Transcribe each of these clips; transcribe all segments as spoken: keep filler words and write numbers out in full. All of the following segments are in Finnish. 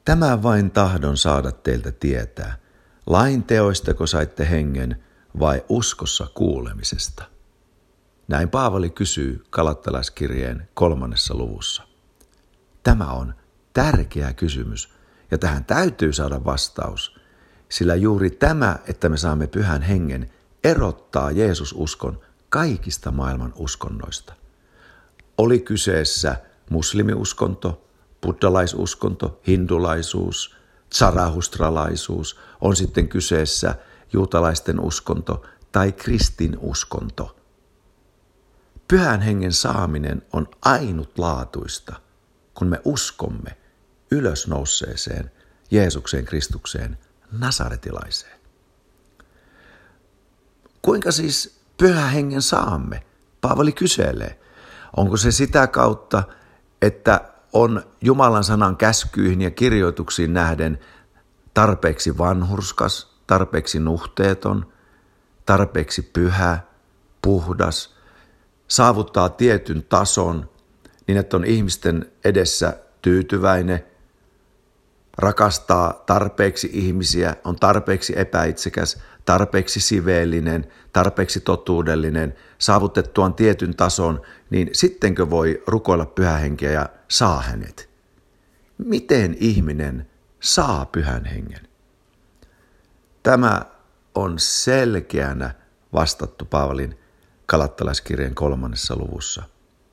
Tämä vain tahdon saada teiltä tietää. Lain teoistako saitte hengen vai uskossa kuulemisesta? Näin Paavali kysyy Galattalaiskirjeen kolmannessa luvussa. Tämä on tärkeä kysymys ja tähän täytyy saada vastaus, sillä juuri tämä, että me saamme pyhän hengen, erottaa Jeesususkon kaikista maailman uskonnoista. Oli kyseessä muslimiuskonto, buddhalaisuskonto, hindulaisuus, zarahustralaisuus, on sitten kyseessä juutalaisten uskonto tai kristinuskonto. Pyhän hengen saaminen on ainutlaatuista, kun me uskomme ylösnouseeseen Jeesukseen Kristukseen nasaretilaiseen. Kuinka siis pyhän hengen saamme? Paavali kyselee. Onko se sitä kautta, että on Jumalan sanan käskyihin ja kirjoituksiin nähden tarpeeksi vanhurskas, tarpeeksi nuhteeton, tarpeeksi pyhä, puhdas, saavuttaa tietyn tason niin, että on ihmisten edessä tyytyväinen, rakastaa tarpeeksi ihmisiä, on tarpeeksi epäitsekäs, tarpeeksi siveellinen, tarpeeksi totuudellinen, saavutettuaan tietyn tason, niin sittenkö voi rukoilla pyhää henkeä ja saa hänet? Miten ihminen saa pyhän hengen? Tämä on selkeänä vastattu Paavalin Galattalaiskirjeen kolmannessa luvussa.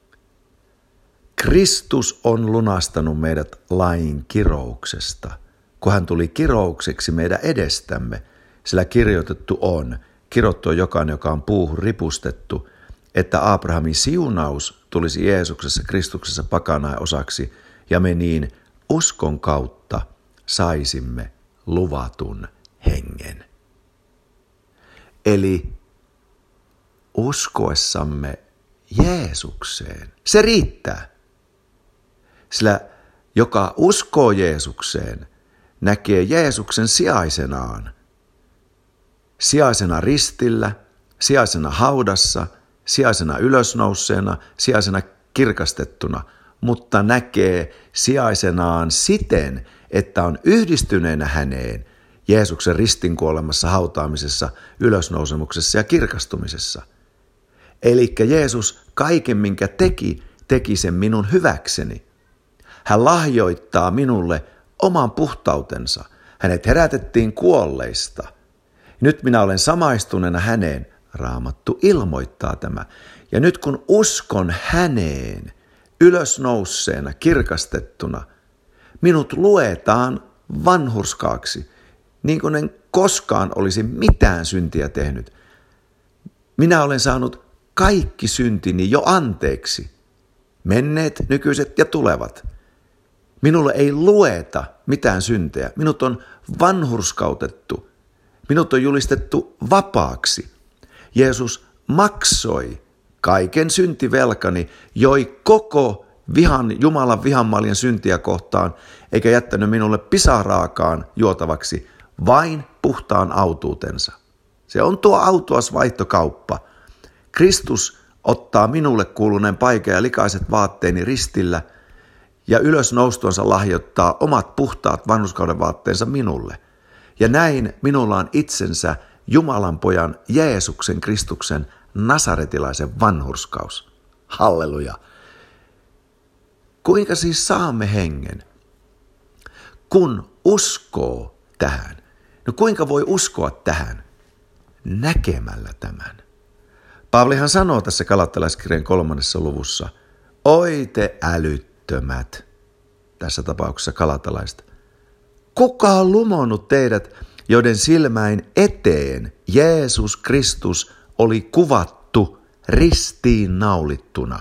Kristus on lunastanut meidät lain kirouksesta, kun hän tuli kiroukseksi meidän edestämme, sillä kirjoitettu on, kirottu on jokainen, joka on puuhun ripustettu, että Abrahamin siunaus tulisi Jeesuksessa Kristuksessa pakanain osaksi, ja me niin uskon kautta saisimme luvatun hengen. Eli uskoessamme Jeesukseen, se riittää. Sillä joka uskoo Jeesukseen, näkee Jeesuksen sijaisenaan. Sijaisena ristillä, sijaisena haudassa, sijaisena ylösnouseena, sijaisena kirkastettuna, mutta näkee sijaisenaan siten, että on yhdistyneenä häneen Jeesuksen ristinkuolemassa, hautaamisessa, ylösnousemuksessa ja kirkastumisessa. Eli Jeesus kaiken, minkä teki, teki sen minun hyväkseni. Hän lahjoittaa minulle oman puhtautensa. Hänet herätettiin kuolleista. Nyt minä olen samaistuneena häneen. Raamattu ilmoittaa tämä. Ja nyt kun uskon häneen, ylösnouseena, kirkastettuna, minut luetaan vanhurskaaksi, niin kuin en koskaan olisi mitään syntiä tehnyt. Minä olen saanut kaikki syntini jo anteeksi, menneet, nykyiset ja tulevat. Minulle ei lueta mitään syntejä. Minut on vanhurskautettu. Minut on julistettu vapaaksi. Jeesus maksoi kaiken syntivelkani, joi koko vihan, Jumalan vihanmaljan syntiä kohtaan, eikä jättänyt minulle pisaraakaan juotavaksi, vain puhtaan autuutensa. Se on tuo autuas vaihtokauppa. Kristus ottaa minulle kuuluneen paikan ja likaiset vaatteeni ristillä ja ylösnoustuansa lahjoittaa omat puhtaat vanhurskauden vaatteensa minulle. Ja näin minulla on itsensä Jumalan pojan Jeesuksen Kristuksen nasaretilaisen vanhurskaus. Halleluja. Kuinka siis saamme hengen? Kun uskoo tähän. No kuinka voi uskoa tähän? Näkemällä tämän. Paavalihan sanoo tässä Galattalaiskirjeen kolmannessa luvussa, oi te älyttömät, tässä tapauksessa galattalaiset. Kuka on lumonnut teidät, joiden silmäin eteen Jeesus Kristus oli kuvattu ristiin naulittuna?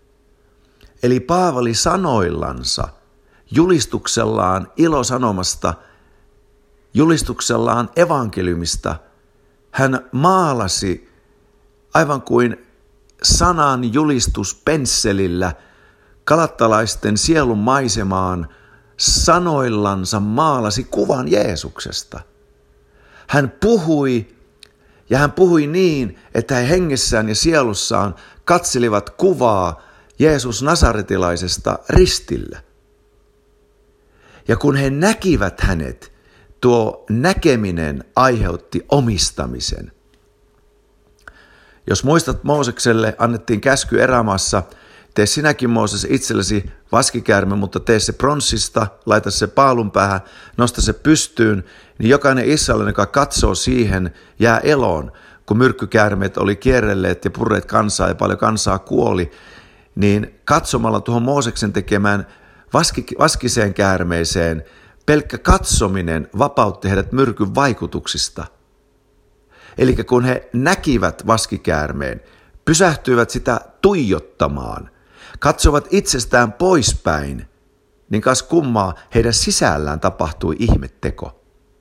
Eli Paavali sanoillansa, julistuksellaan ilosanomasta, julistuksellaan evankeliumista, hän maalasi aivan kuin sanan julistuspensselillä galattalaisten sielun maisemaan sanoillansa maalasi kuvan Jeesuksesta. Hän puhui ja hän puhui niin, että he hengessään ja sielussaan katselivat kuvaa Jeesus Nasaretilaisesta ristillä. Ja kun he näkivät hänet, tuo näkeminen aiheutti omistamisen. Jos muistat, Moosekselle annettiin käsky erämaassa, tee sinäkin Mooses itsellesi vaskikäärme, mutta tee se pronssista, laita se paalun päähän, nosta se pystyyn, niin jokainen israelilainen, joka katsoo siihen, jää eloon. Kun myrkkykäärmeet oli kierrelleet ja purreet kansaa ja paljon kansaa kuoli, niin katsomalla tuohon Mooseksen tekemään vaski, vaskiseen käärmeeseen, pelkkä katsominen vapautti heidät myrkyn vaikutuksista. Eli kun he näkivät vaskikäärmeen, pysähtyivät sitä tuijottamaan, katsovat itsestään poispäin, niin kas kummaa heidän sisällään tapahtui ihmetteko.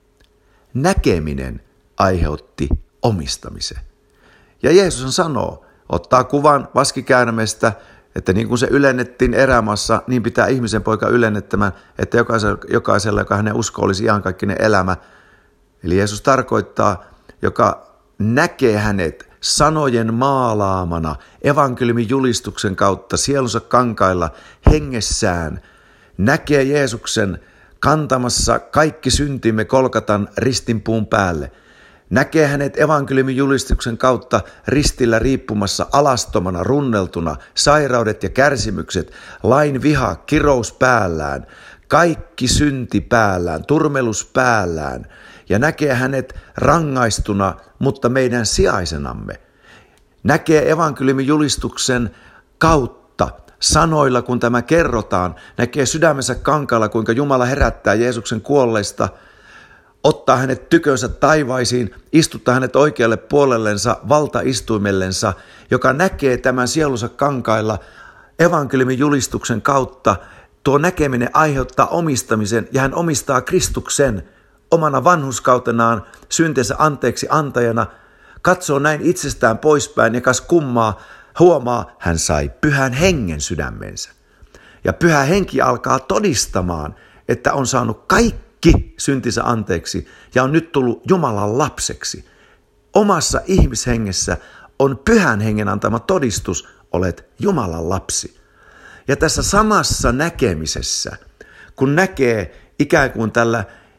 Näkeminen aiheutti omistamisen. Ja Jeesus sanoo, ottaa kuvan vaskikäärmeestä, että niin kuin se ylennettiin erämaassa, niin pitää ihmisen poika ylennettämään, että jokaisella, jokaisella, joka hänen usko olisi iankaikkinen elämä. Eli Jeesus tarkoittaa, joka näkee hänet sanojen maalaamana, evankeliumin julistuksen kautta, sielunsa kankailla, hengessään, näkee Jeesuksen kantamassa kaikki syntimme Kolkatan ristinpuun päälle. Näkee hänet evankeliumin julistuksen kautta ristillä riippumassa alastomana, runneltuna, sairaudet ja kärsimykset, lain viha, kirous päällään, kaikki synti päällään, turmelus päällään. Ja näkee hänet rangaistuna, mutta meidän sijaisenamme. Näkee evankeliumin julistuksen kautta, sanoilla kun tämä kerrotaan, näkee sydämensä kankaalla, kuinka Jumala herättää Jeesuksen kuolleista, ottaa hänet tykönsä taivaisiin, istuttaa hänet oikealle puolellensa, valtaistuimellensa, joka näkee tämän sielunsa kankailla evankeliumin julistuksen kautta. Tuo näkeminen aiheuttaa omistamisen ja hän omistaa Kristuksen omana vanhurskautenaan, syntiensä anteeksi antajana, katsoo näin itsestään poispäin ja kas kummaa, huomaa, hän sai pyhän hengen sydämensä. Ja pyhä henki alkaa todistamaan, että on saanut kaikki syntinsä anteeksi ja on nyt tullut Jumalan lapseksi. Omassa ihmishengessä on pyhän hengen antama todistus, olet Jumalan lapsi. Ja tässä samassa näkemisessä, kun näkee ikään kuin tällä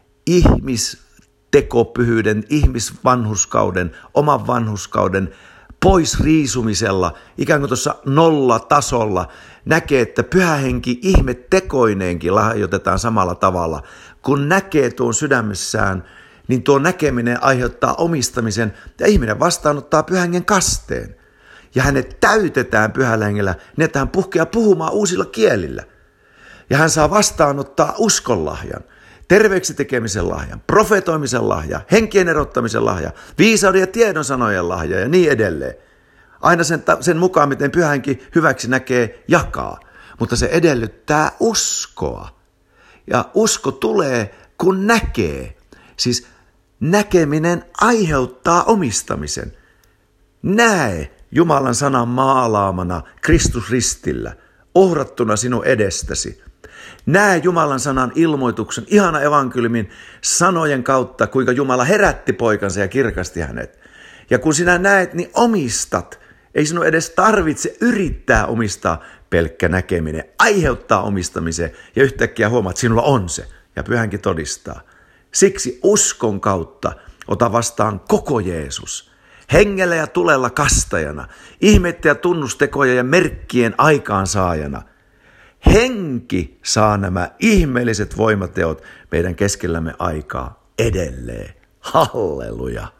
ihmistekopyhyyden, ihmisvanhurskauden, oman vanhurskauden pois riisumisella, ikään kuin tuossa nollatasolla, näkee, että pyhä henki ihmetekoineenkin lahjoitetaan samalla tavalla. Kun näkee tuon sydämessään, niin tuo näkeminen aiheuttaa omistamisen ja ihminen vastaanottaa pyhän hengen kasteen. Ja hänet täytetään pyhällä hengellä, niin että hän puhkeaa puhumaan uusilla kielillä. Ja hän saa vastaanottaa uskonlahjan, terveeksi tekemisen lahjan, profetoimisen lahja, henkien erottamisen lahja, viisauden ja tiedon sanojen lahja ja niin edelleen. Aina sen, sen mukaan, miten pyhä henki hyväksi näkee, jakaa. Mutta se edellyttää uskoa. Ja usko tulee, kun näkee. Siis näkeminen aiheuttaa omistamisen. Näe Jumalan sanan maalaamana Kristus ristillä, ohrattuna sinun edestäsi. Näe Jumalan sanan ilmoituksen, ihana evankeliumin sanojen kautta, kuinka Jumala herätti poikansa ja kirkasti hänet. Ja kun sinä näet, niin omistat. Ei sinun edes tarvitse yrittää omistaa, pelkkä näkeminen aiheuttaa omistamisen ja yhtäkkiä huomaat, että sinulla on se ja pyhänkin todistaa. Siksi uskon kautta ota vastaan koko Jeesus. Hengellä ja tulella kastajana, ihmettä ja tunnustekoja ja merkkien aikaansaajana. Henki saa nämä ihmeelliset voimateot meidän keskellämme aikaa edelleen. Halleluja!